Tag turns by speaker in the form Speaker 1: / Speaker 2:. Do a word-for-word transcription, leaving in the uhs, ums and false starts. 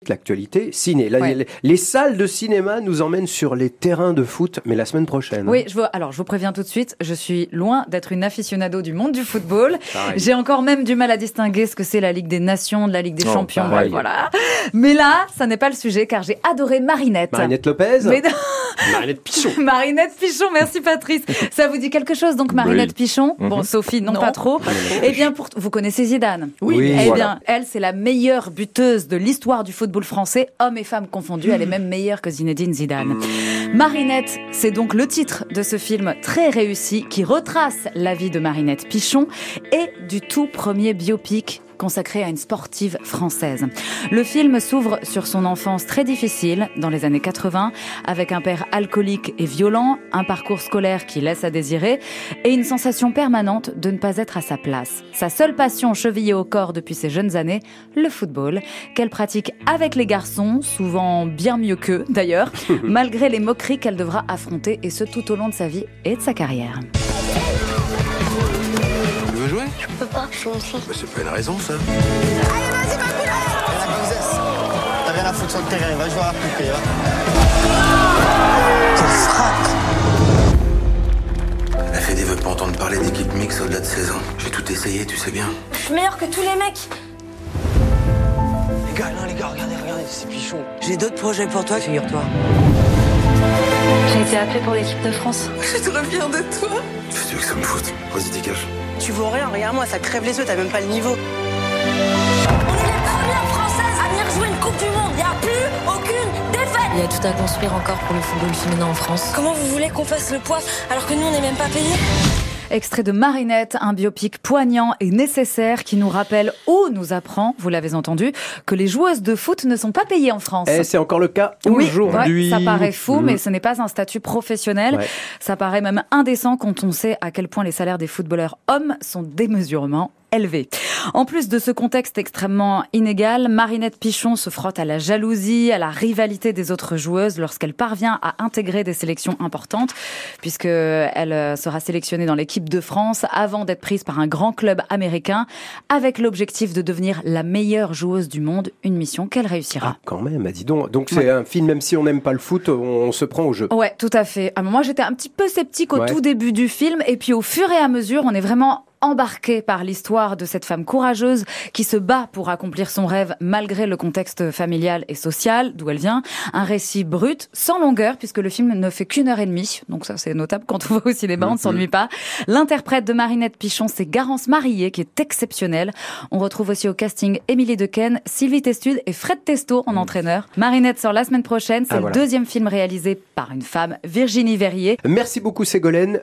Speaker 1: l'actualité ciné. La,
Speaker 2: Ouais.
Speaker 1: les, les salles de cinéma nous emmènent sur les terrains de foot, mais la semaine prochaine.
Speaker 2: Oui, je vous, alors je vous préviens tout de suite, je suis loin d'être une aficionado du monde du football.
Speaker 1: Pareil.
Speaker 2: J'ai encore même du mal à distinguer ce que c'est la Ligue des Nations de la Ligue des
Speaker 1: Oh,
Speaker 2: Champions.
Speaker 1: pareil.
Speaker 2: Voilà. Mais là, ça n'est pas le sujet car j'ai adoré Marinette.
Speaker 1: Marinette Lopez.
Speaker 2: Mais
Speaker 1: Marinette Pichon.
Speaker 2: Marinette Pichon, merci Patrice. Ça vous dit quelque chose donc Marinette
Speaker 3: Oui.
Speaker 2: Pichon? Bon, Sophie, non,
Speaker 4: Non.
Speaker 2: pas trop. Eh bien, pour... vous connaissez Zidane?
Speaker 1: Oui,
Speaker 2: Eh
Speaker 1: voilà.
Speaker 2: bien, elle, c'est la meilleure buteuse de l'histoire du football français, hommes et femmes confondus. Elle est même meilleure que Zinedine Zidane. Marinette, c'est donc le titre de ce film très réussi qui retrace la vie de Marinette Pichon et du tout premier biopic consacré à une sportive française. Le film s'ouvre sur son enfance très difficile dans les années quatre-vingts, avec un père alcoolique et violent, un parcours scolaire qui laisse à désirer et une sensation permanente de ne pas être à sa place. Sa seule passion chevillée au corps depuis ses jeunes années, le football, qu'elle pratique avec les garçons, souvent bien mieux qu'eux d'ailleurs, malgré les moqueries qu'elle devra affronter, et ce tout au long de sa vie et de sa carrière.
Speaker 5: Tu veux jouer?
Speaker 6: Je peux pas, je suis une fille.
Speaker 5: Bah, c'est pas une raison, ça.
Speaker 7: T'as rien à foutre sur le terrain, va jouer à la poupée, va.
Speaker 5: Elle a fait des vœux pour entendre parler d'équipe mixte au-delà de seize ans. J'ai tout essayé, tu sais bien.
Speaker 6: Je suis meilleure que tous les mecs.
Speaker 7: Les gars, non, les gars, regardez, regardez, c'est Pichon. J'ai d'autres projets pour toi, figure-toi.
Speaker 6: J'ai été appelée pour l'équipe de France.
Speaker 7: Je suis trop fière de toi.
Speaker 5: Qu'est-ce que tu veux que ça me foute? Vas-y, dégage.
Speaker 7: Tu vaux rien, regarde-moi, ça crève les yeux, t'as même pas le niveau.
Speaker 6: On est les premières françaises à venir jouer une Coupe du Monde. Il n'y a plus aucune défaite.
Speaker 8: Il y a tout à construire encore pour le football féminin en France.
Speaker 6: Comment vous voulez qu'on fasse le poids alors que nous, on n'est même pas payés?
Speaker 2: Extrait de Marinette, un biopic poignant et nécessaire qui nous rappelle ou nous apprend, vous l'avez entendu, que les joueuses de foot ne sont pas payées en France.
Speaker 1: Et c'est encore le cas
Speaker 2: Oui,
Speaker 1: aujourd'hui.
Speaker 2: ouais, ça paraît fou,
Speaker 1: Mmh.
Speaker 2: mais ce n'est pas un statut professionnel.
Speaker 1: Ouais.
Speaker 2: Ça paraît même indécent quand on sait à quel point les salaires des footballeurs hommes sont démesurément élevés. En plus de ce contexte extrêmement inégal, Marinette Pichon se frotte à la jalousie, à la rivalité des autres joueuses lorsqu'elle parvient à intégrer des sélections importantes, puisque elle sera sélectionnée dans l'équipe de France avant d'être prise par un grand club américain, avec l'objectif de devenir la meilleure joueuse du monde, une mission qu'elle réussira.
Speaker 1: Ah, quand même, ah, dis donc. Donc c'est
Speaker 2: Ouais.
Speaker 1: un film, même si on n'aime pas le foot, on, on se prend au jeu.
Speaker 2: Ouais, tout à fait. Ah, moi, j'étais un petit peu sceptique au
Speaker 1: Ouais.
Speaker 2: tout début du film, et puis au fur et à mesure, on est vraiment embarqué par l'histoire de cette femme courageuse qui se bat pour accomplir son rêve malgré le contexte familial et social d'où elle vient. Un récit brut, sans longueur, puisque le film ne fait qu'une heure et demie. Donc ça, c'est notable quand on va au cinéma, on ne s'ennuie pas. L'interprète de Marinette Pichon, c'est Garance Marillier, qui est exceptionnelle. On retrouve aussi au casting Émilie Dequesne, Sylvie Testude et Fred Testo en entraîneur. Marinette sort la semaine prochaine. C'est
Speaker 1: Ah,
Speaker 2: le
Speaker 1: voilà.
Speaker 2: deuxième film réalisé par une femme, Virginie Verrier.
Speaker 1: Merci beaucoup Ségolène.